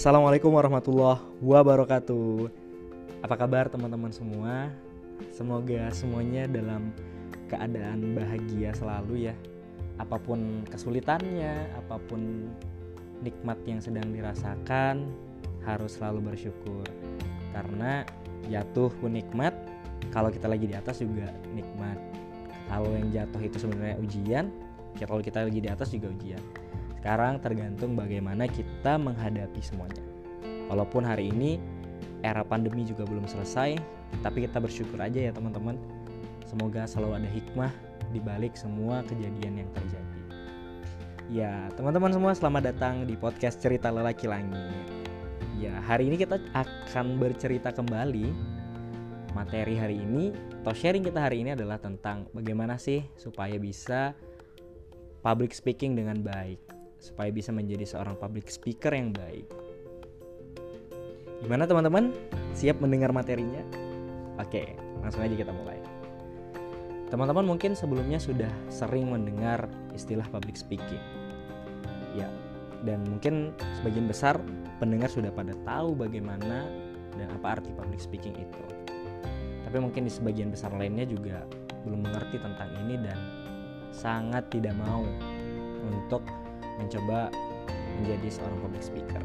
Assalamualaikum warahmatullahi wabarakatuh. Apa kabar teman-teman semua? Semoga semuanya dalam keadaan bahagia selalu ya. Apapun kesulitannya, apapun nikmat yang sedang dirasakan, harus selalu bersyukur. Karena jatuh pun nikmat, kalau kita lagi di atas juga nikmat. Kalau yang jatuh itu sebenarnya ujian, kalau kita lagi di atas juga ujian. Sekarang tergantung bagaimana kita menghadapi semuanya. Walaupun hari ini era pandemi juga belum selesai, tapi kita bersyukur aja ya teman-teman. Semoga selalu ada hikmah di balik semua kejadian yang terjadi. Ya, teman-teman semua, selamat datang di podcast Cerita Lelaki Langit. Ya, hari ini kita akan bercerita kembali. Materi hari ini atau sharing kita hari ini adalah tentang bagaimana sih supaya bisa public speaking dengan baik, supaya bisa menjadi seorang public speaker yang baik. Gimana teman-teman? Siap mendengar materinya? Oke, langsung aja kita mulai. Teman-teman mungkin sebelumnya sudah sering mendengar istilah public speaking. Ya, dan mungkin sebagian besar pendengar sudah pada tahu bagaimana dan apa arti public speaking itu. Tapi mungkin di sebagian besar lainnya juga belum mengerti tentang ini dan sangat tidak mau untuk mencoba menjadi seorang public speaker.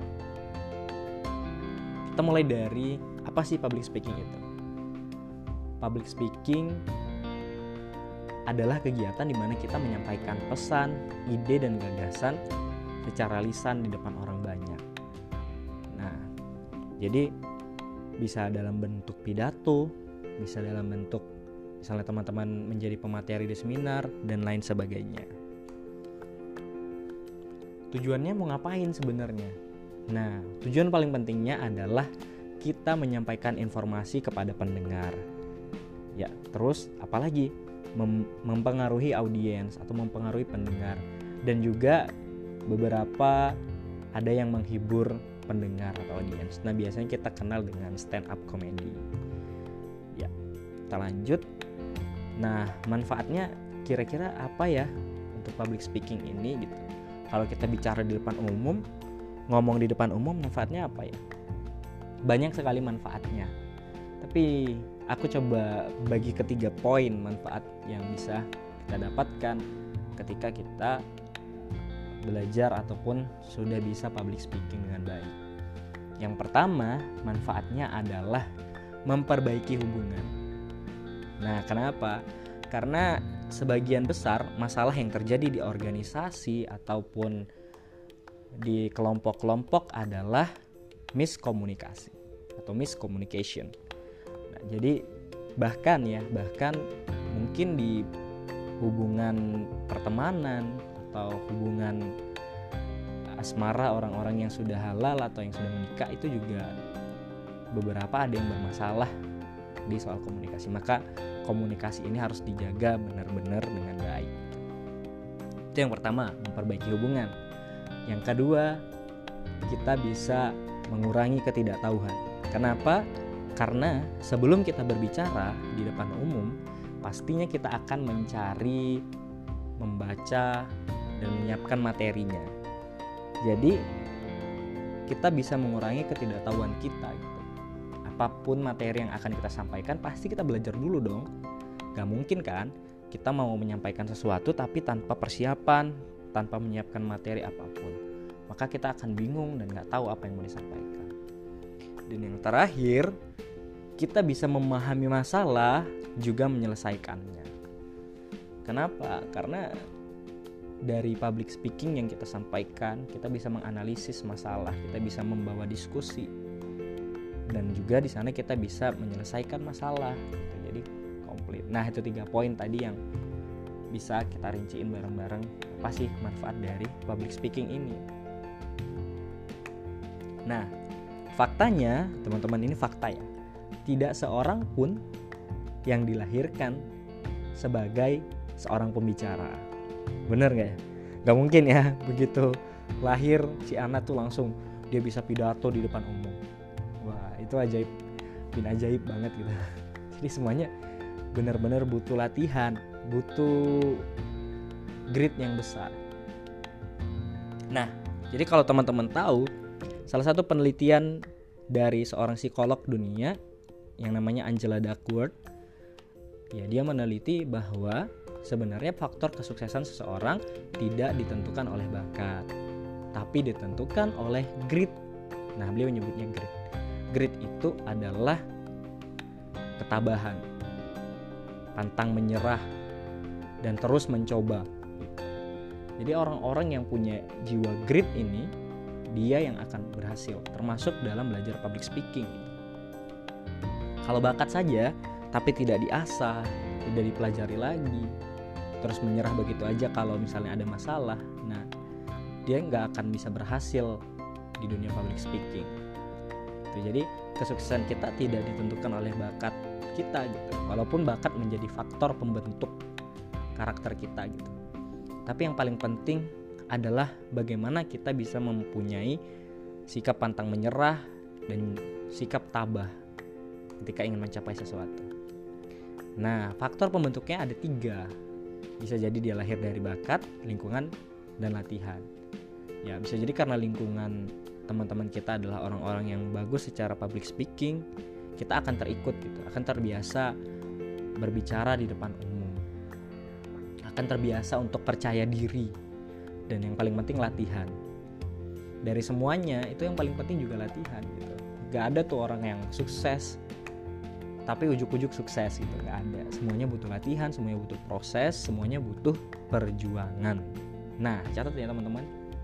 Kita mulai dari apa sih public speaking itu? Public speaking adalah kegiatan di mana kita menyampaikan pesan, ide dan gagasan secara lisan di depan orang banyak. Nah, jadi bisa dalam bentuk pidato, bisa dalam bentuk misalnya teman-teman menjadi pemateri di seminar dan lain sebagainya. Tujuannya mau ngapain sebenarnya? Nah, tujuan paling pentingnya adalah kita menyampaikan informasi kepada pendengar. Ya, terus apalagi mempengaruhi audiens atau mempengaruhi pendengar, dan juga beberapa ada yang menghibur pendengar atau audiens. Nah, biasanya kita kenal dengan stand up comedy. Ya, kita lanjut. Nah, manfaatnya kira-kira apa ya untuk public speaking ini gitu? Kalau kita bicara di depan umum, ngomong di depan umum, manfaatnya apa ya? Banyak sekali manfaatnya. Tapi aku coba bagi ke 3 poin manfaat yang bisa kita dapatkan ketika kita belajar ataupun sudah bisa public speaking dengan baik. Yang pertama, manfaatnya adalah memperbaiki hubungan. Nah, kenapa? Karena sebagian besar masalah yang terjadi di organisasi ataupun di kelompok-kelompok adalah miskomunikasi atau miscommunication. Nah, jadi bahkan mungkin di hubungan pertemanan atau hubungan asmara orang-orang yang sudah halal atau yang sudah menikah itu juga beberapa ada yang bermasalah di soal komunikasi. Maka komunikasi ini harus dijaga benar-benar dengan baik. Itu yang pertama, memperbaiki hubungan. Yang kedua, kita bisa mengurangi ketidaktahuan. Kenapa? Karena sebelum kita berbicara di depan umum, pastinya kita akan mencari, membaca, dan menyiapkan materinya. Jadi kita bisa mengurangi ketidaktahuan kita gitu. Apapun materi yang akan kita sampaikan, pasti kita belajar dulu dong. Gak mungkin kan kita mau menyampaikan sesuatu tapi tanpa persiapan, tanpa menyiapkan materi apapun. Maka kita akan bingung dan gak tahu apa yang mau disampaikan. Dan yang terakhir, kita bisa memahami masalah juga menyelesaikannya. Kenapa? Karena dari public speaking yang kita sampaikan, kita bisa menganalisis masalah, kita bisa membawa diskusi. Dan juga di sana kita bisa menyelesaikan masalah gitu. Jadi komplit. Nah, itu 3 poin tadi yang bisa kita rinciin bareng-bareng apa sih manfaat dari public speaking ini. Nah, faktanya teman-teman, ini fakta ya, tidak seorang pun yang dilahirkan sebagai seorang pembicara. Bener gak ya? Gak mungkin ya begitu lahir si anak tuh langsung dia bisa pidato di depan umum. Wah, itu ajaib, ajaib banget gitu. Jadi semuanya benar-benar butuh latihan, butuh grit yang besar. Nah, jadi kalau teman-teman tahu salah satu penelitian dari seorang psikolog dunia yang namanya Angela Duckworth, ya dia meneliti bahwa sebenarnya faktor kesuksesan seseorang tidak ditentukan oleh bakat, tapi ditentukan oleh grit. Nah, beliau menyebutnya grit. Grit itu adalah ketabahan, pantang menyerah, dan terus mencoba. Jadi orang-orang yang punya jiwa grit ini, dia yang akan berhasil, termasuk dalam belajar public speaking. Kalau bakat saja, tapi tidak diasah, tidak dipelajari lagi, terus menyerah begitu aja kalau misalnya ada masalah, nah dia nggak akan bisa berhasil di dunia public speaking. Jadi kesuksesan kita tidak ditentukan oleh bakat kita gitu, walaupun bakat menjadi faktor pembentuk karakter kita gitu. Tapi yang paling penting adalah bagaimana kita bisa mempunyai sikap pantang menyerah dan sikap tabah ketika ingin mencapai sesuatu. Nah, faktor pembentuknya ada 3. Bisa jadi dia lahir dari bakat, lingkungan, dan latihan. Ya, bisa jadi karena lingkungan teman-teman kita adalah orang-orang yang bagus secara public speaking, kita akan terikut gitu, akan terbiasa berbicara di depan umum, akan terbiasa untuk percaya diri, dan yang paling penting latihan. Dari semuanya itu yang paling penting juga latihan gitu. Gak ada tuh orang yang sukses tapi ujuk-ujuk sukses gitu, gak ada. Semuanya butuh latihan, semuanya butuh proses, semuanya butuh perjuangan. Nah, catat ya teman-teman.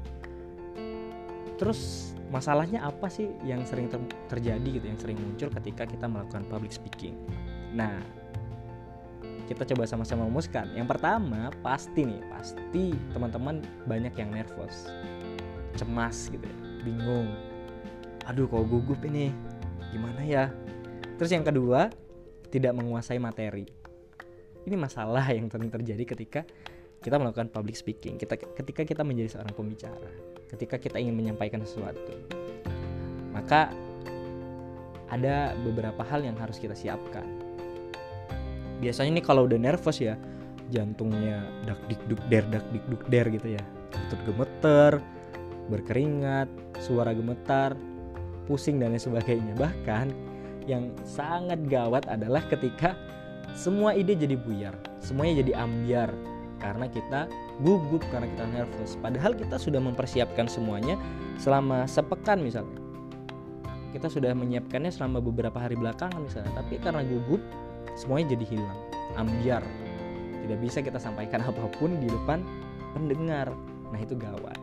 Terus masalahnya apa sih yang sering terjadi gitu, yang sering muncul ketika kita melakukan public speaking? Nah, kita coba sama-sama rumuskan. Yang pertama, pasti teman-teman banyak yang nervous, cemas gitu ya, bingung. Aduh, kok gugup ini, gimana ya? Terus yang kedua, tidak menguasai materi. Ini masalah yang sering terjadi ketika kita melakukan public speaking, ketika kita menjadi seorang pembicara, ketika kita ingin menyampaikan sesuatu. Maka ada beberapa hal yang harus kita siapkan. Biasanya nih kalau udah nervous ya, jantungnya dak dik duk der gitu ya, lutut gemeter, berkeringat, suara gemetar, pusing dan lain sebagainya. Bahkan yang sangat gawat adalah ketika semua ide jadi buyar, semuanya jadi ambiar karena kita gugup, karena kita nervous. Padahal kita sudah mempersiapkan semuanya selama sepekan misalnya, kita sudah menyiapkannya selama beberapa hari belakangan misalnya, tapi karena gugup semuanya jadi hilang, ambiar, tidak bisa kita sampaikan apapun di depan pendengar. Nah, itu gawat.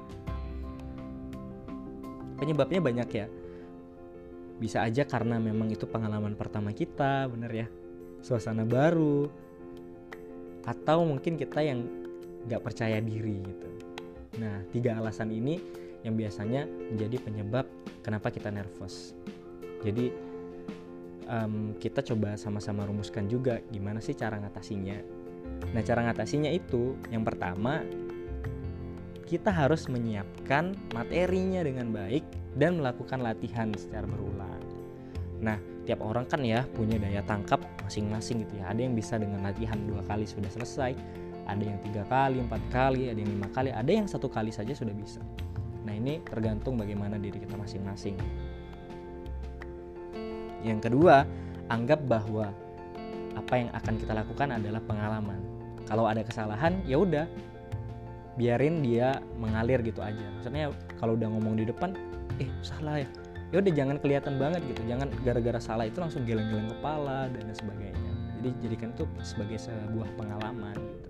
Penyebabnya banyak ya. Bisa aja karena memang itu pengalaman pertama kita, bener ya, suasana baru, atau mungkin kita yang gak percaya diri gitu. Nah, 3 alasan ini yang biasanya menjadi penyebab kenapa kita nervous. Jadi kita coba sama-sama rumuskan juga gimana sih cara ngatasinya. Nah, cara ngatasinya itu yang pertama, kita harus menyiapkan materinya dengan baik dan melakukan latihan secara berulang. Nah, tiap orang kan ya punya daya tangkap masing-masing gitu ya. Ada yang bisa dengan latihan 2 kali sudah selesai, ada yang 3 kali, 4 kali, ada yang 5 kali, ada yang 1 kali saja sudah bisa. Nah, ini tergantung bagaimana diri kita masing-masing. Yang kedua, anggap bahwa apa yang akan kita lakukan adalah pengalaman. Kalau ada kesalahan, ya udah, biarin dia mengalir gitu aja. Maksudnya kalau udah ngomong di depan, salah ya, ya udah jangan kelihatan banget gitu, jangan gara-gara salah itu langsung geleng-geleng kepala dan sebagainya. Jadi jadikan itu sebagai sebuah pengalaman gitu.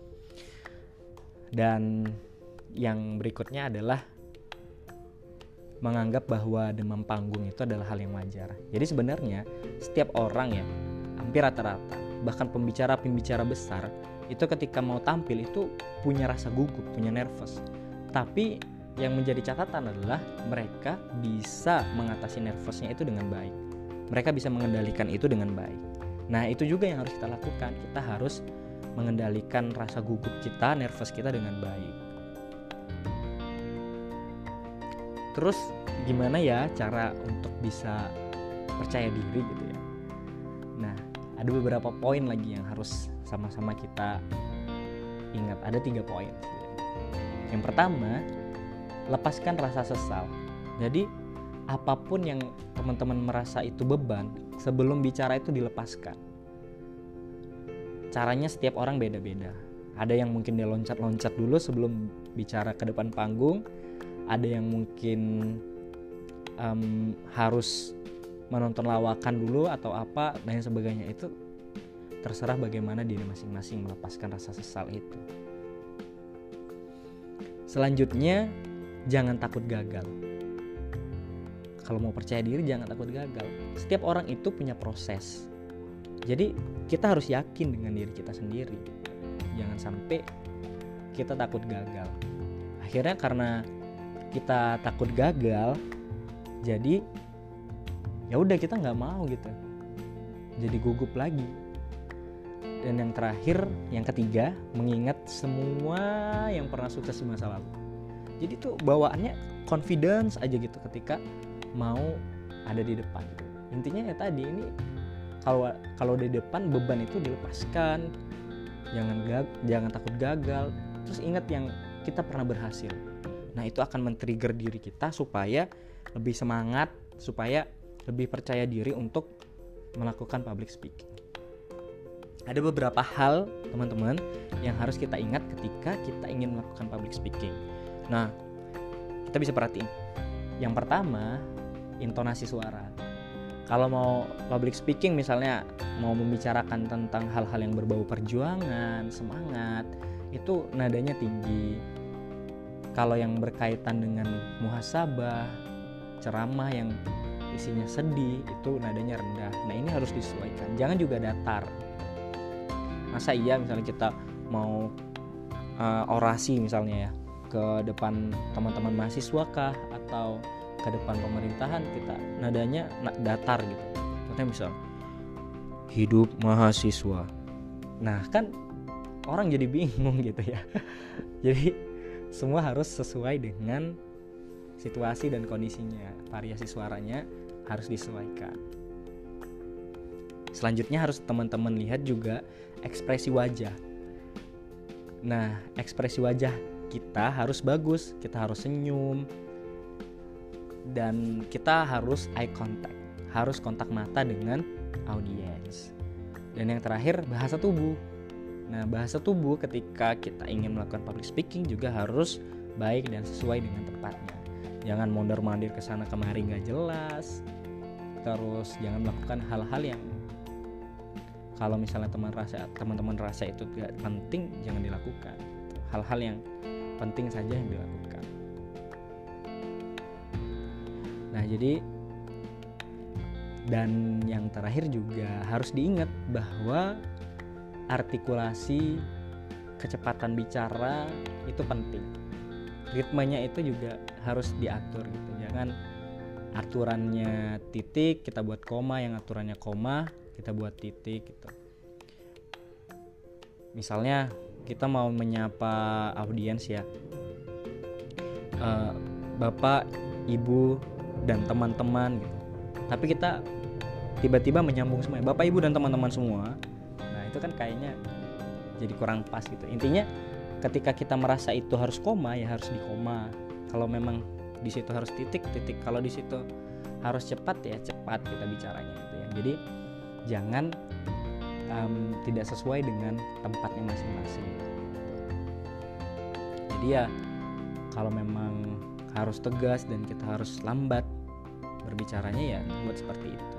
Dan yang berikutnya adalah menganggap bahwa demam panggung itu adalah hal yang wajar. Jadi sebenarnya setiap orang ya, hampir rata-rata, bahkan pembicara besar itu ketika mau tampil itu punya rasa gugup, punya nervous. Tapi yang menjadi catatan adalah mereka bisa mengatasi nervousnya itu dengan baik. Mereka bisa mengendalikan itu dengan baik. Nah, itu juga yang harus kita lakukan. Kita harus mengendalikan rasa gugup kita, nervous kita dengan baik. Terus gimana ya cara untuk bisa percaya diri gitu ya. Nah, ada beberapa poin lagi yang harus sama-sama kita ingat. Ada 3 poin. Yang pertama, lepaskan rasa sesal. Jadi apapun yang teman-teman merasa itu beban, sebelum bicara itu dilepaskan. Caranya setiap orang beda-beda. Ada yang mungkin dia loncat-loncat dulu sebelum bicara ke depan panggung, ada yang mungkin harus menonton lawakan dulu atau apa dan sebagainya. Itu terserah bagaimana diri masing-masing melepaskan rasa sesal itu. Selanjutnya, jangan takut gagal. Kalau mau percaya diri, jangan takut gagal. Setiap orang itu punya proses. Jadi kita harus yakin dengan diri kita sendiri. Jangan sampai kita takut gagal. Akhirnya karena kita takut gagal, jadi ya udah kita nggak mau gitu. Jadi gugup lagi. Dan yang terakhir, yang ketiga, mengingat semua yang pernah sukses di masa lalu. Jadi tuh bawaannya confidence aja gitu ketika mau ada di depan. Intinya ya tadi, ini kalau di depan beban itu dilepaskan. Jangan takut gagal. Terus ingat yang kita pernah berhasil. Nah, itu akan men-trigger diri kita supaya lebih semangat, supaya lebih percaya diri untuk melakukan public speaking. Ada beberapa hal, teman-teman, yang harus kita ingat ketika kita ingin melakukan public speaking. Nah, kita bisa perhatiin. Yang pertama, intonasi suara. Kalau mau public speaking misalnya, mau membicarakan tentang hal-hal yang berbau perjuangan, semangat, itu nadanya tinggi. Kalau yang berkaitan dengan muhasabah, ceramah yang isinya sedih, itu nadanya rendah. Nah, ini harus disesuaikan. Jangan juga datar. Masa iya misalnya kita mau orasi misalnya ya ke depan teman-teman mahasiswa kah atau ke depan pemerintahan, kita nadanya datar gitu. Contohnya misal hidup mahasiswa. Nah, kan orang jadi bingung gitu ya. Jadi semua harus sesuai dengan situasi dan kondisinya. Variasi suaranya harus disesuaikan. Selanjutnya harus teman-teman lihat juga ekspresi wajah. Nah, ekspresi wajah kita harus bagus, kita harus senyum, dan kita harus eye contact, harus kontak mata dengan audiens. Dan yang terakhir, bahasa tubuh. Nah, bahasa tubuh ketika kita ingin melakukan public speaking juga harus baik dan sesuai dengan tempatnya. Jangan mondar-mandir ke sana kemari nggak jelas. Terus jangan melakukan hal-hal yang kalau misalnya teman-teman rasa itu tidak penting, jangan dilakukan. Hal-hal yang penting saja yang dilakukan. Nah, jadi dan yang terakhir juga harus diingat bahwa artikulasi, kecepatan bicara itu penting. Ritmenya itu juga harus diatur gitu. Jangan aturannya titik, kita buat koma, yang aturannya koma kita buat titik gitu. Misalnya kita mau menyapa audiens ya, Bapak, Ibu, dan teman-teman gitu. Tapi kita tiba-tiba menyambung semua, Bapak, Ibu, dan teman-teman semua. Nah, itu kan kayaknya jadi kurang pas gitu. Intinya ketika kita merasa itu harus koma, ya harus di koma. Kalau memang di situ harus titik. Kalau di situ harus cepat, ya cepat kita bicaranya gitu ya. Jadi jangan tidak sesuai dengan tempatnya masing-masing. Jadi ya kalau memang harus tegas dan kita harus lambat berbicaranya, ya buat seperti itu.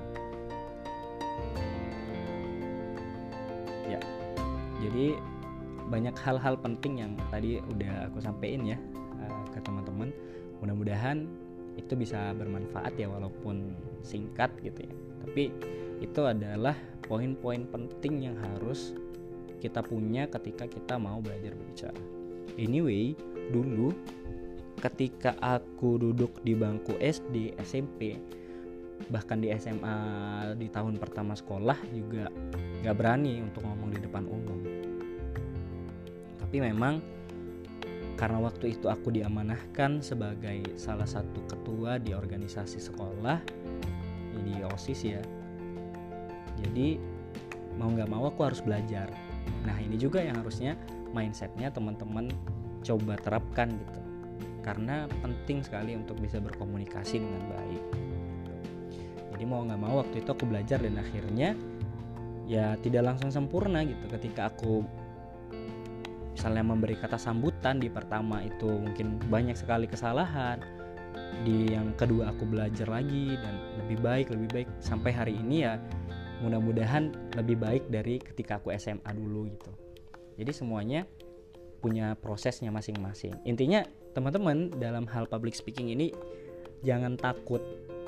Ya, jadi banyak hal-hal penting yang tadi udah aku sampein ya ke teman-teman. Mudah-mudahan itu bisa bermanfaat ya, walaupun singkat gitu ya. Tapi itu adalah poin-poin penting yang harus kita punya ketika kita mau belajar berbicara. Anyway, dulu ketika aku duduk di bangku SD, SMP, bahkan di SMA di tahun pertama sekolah juga gak berani untuk ngomong di depan umum. Tapi memang karena waktu itu aku diamanahkan sebagai salah satu ketua di organisasi sekolah, di OSIS ya. Jadi mau gak mau aku harus belajar. Nah, ini juga yang harusnya mindsetnya teman-teman coba terapkan gitu. karena penting sekali untuk bisa berkomunikasi dengan baik. Jadi mau nggak mau waktu itu aku belajar dan akhirnya ya tidak langsung sempurna gitu. Ketika aku misalnya memberi kata sambutan di pertama itu mungkin banyak sekali kesalahan, di yang kedua aku belajar lagi dan lebih baik sampai hari ini ya mudah-mudahan lebih baik dari ketika aku SMA dulu gitu. Jadi semuanya punya prosesnya masing-masing. Intinya teman-teman dalam hal public speaking ini jangan takut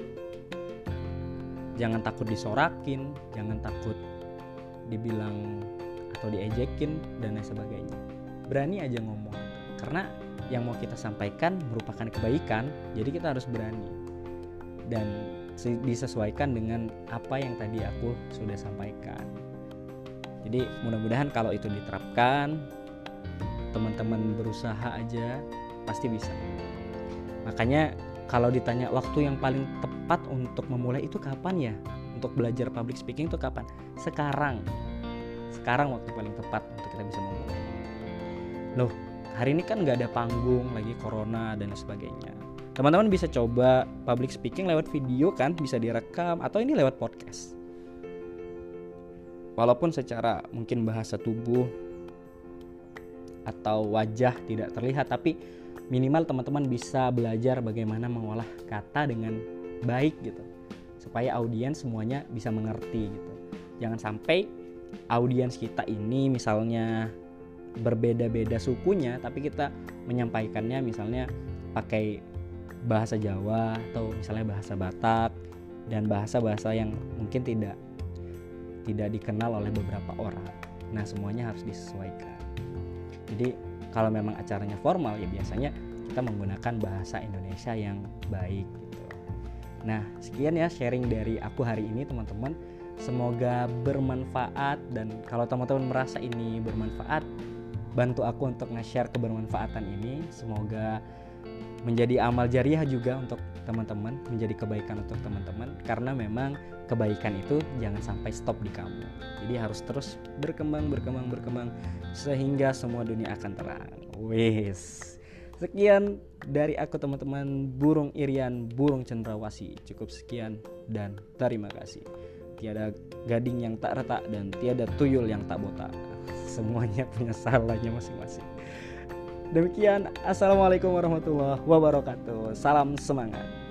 disorakin, jangan takut dibilang atau diejekin dan lain sebagainya. Berani aja ngomong, karena yang mau kita sampaikan merupakan kebaikan, jadi kita harus berani dan disesuaikan dengan apa yang tadi aku sudah sampaikan. Jadi mudah-mudahan kalau itu diterapkan, teman-teman berusaha aja pasti bisa. Makanya kalau ditanya waktu yang paling tepat untuk memulai itu kapan ya? Untuk belajar public speaking itu kapan? Sekarang waktu paling tepat untuk kita bisa memulai. Loh, hari ini kan gak ada panggung, lagi corona dan sebagainya. Teman-teman bisa coba public speaking lewat video kan, bisa direkam, atau ini lewat podcast. Walaupun secara mungkin bahasa tubuh atau wajah tidak terlihat, tapi minimal teman-teman bisa belajar bagaimana mengolah kata dengan baik gitu, supaya audiens semuanya bisa mengerti gitu. Jangan sampai audiens kita ini misalnya berbeda-beda sukunya, tapi kita menyampaikannya misalnya pakai bahasa Jawa atau misalnya bahasa Batak dan bahasa-bahasa yang mungkin tidak dikenal oleh beberapa orang. Nah, semuanya harus disesuaikan. Jadi kalau memang acaranya formal ya biasanya kita menggunakan bahasa Indonesia yang baik gitu. Nah, sekian ya sharing dari aku hari ini teman-teman. Semoga bermanfaat, dan kalau teman-teman merasa ini bermanfaat, bantu aku untuk nge-share kebermanfaatan ini. Semoga menjadi amal jariah juga untuk teman-teman, menjadi kebaikan untuk teman-teman, karena memang kebaikan itu jangan sampai stop di kamu. Jadi harus terus berkembang sehingga semua dunia akan terang. Wes. Sekian dari aku teman-teman, Burung Irian, Burung Cendrawasih. Cukup sekian dan terima kasih. Tiada gading yang tak retak dan tiada tuyul yang tak botak. Semuanya punya salahnya masing-masing. Demikian, assalamualaikum warahmatullahi wabarakatuh. Salam semangat.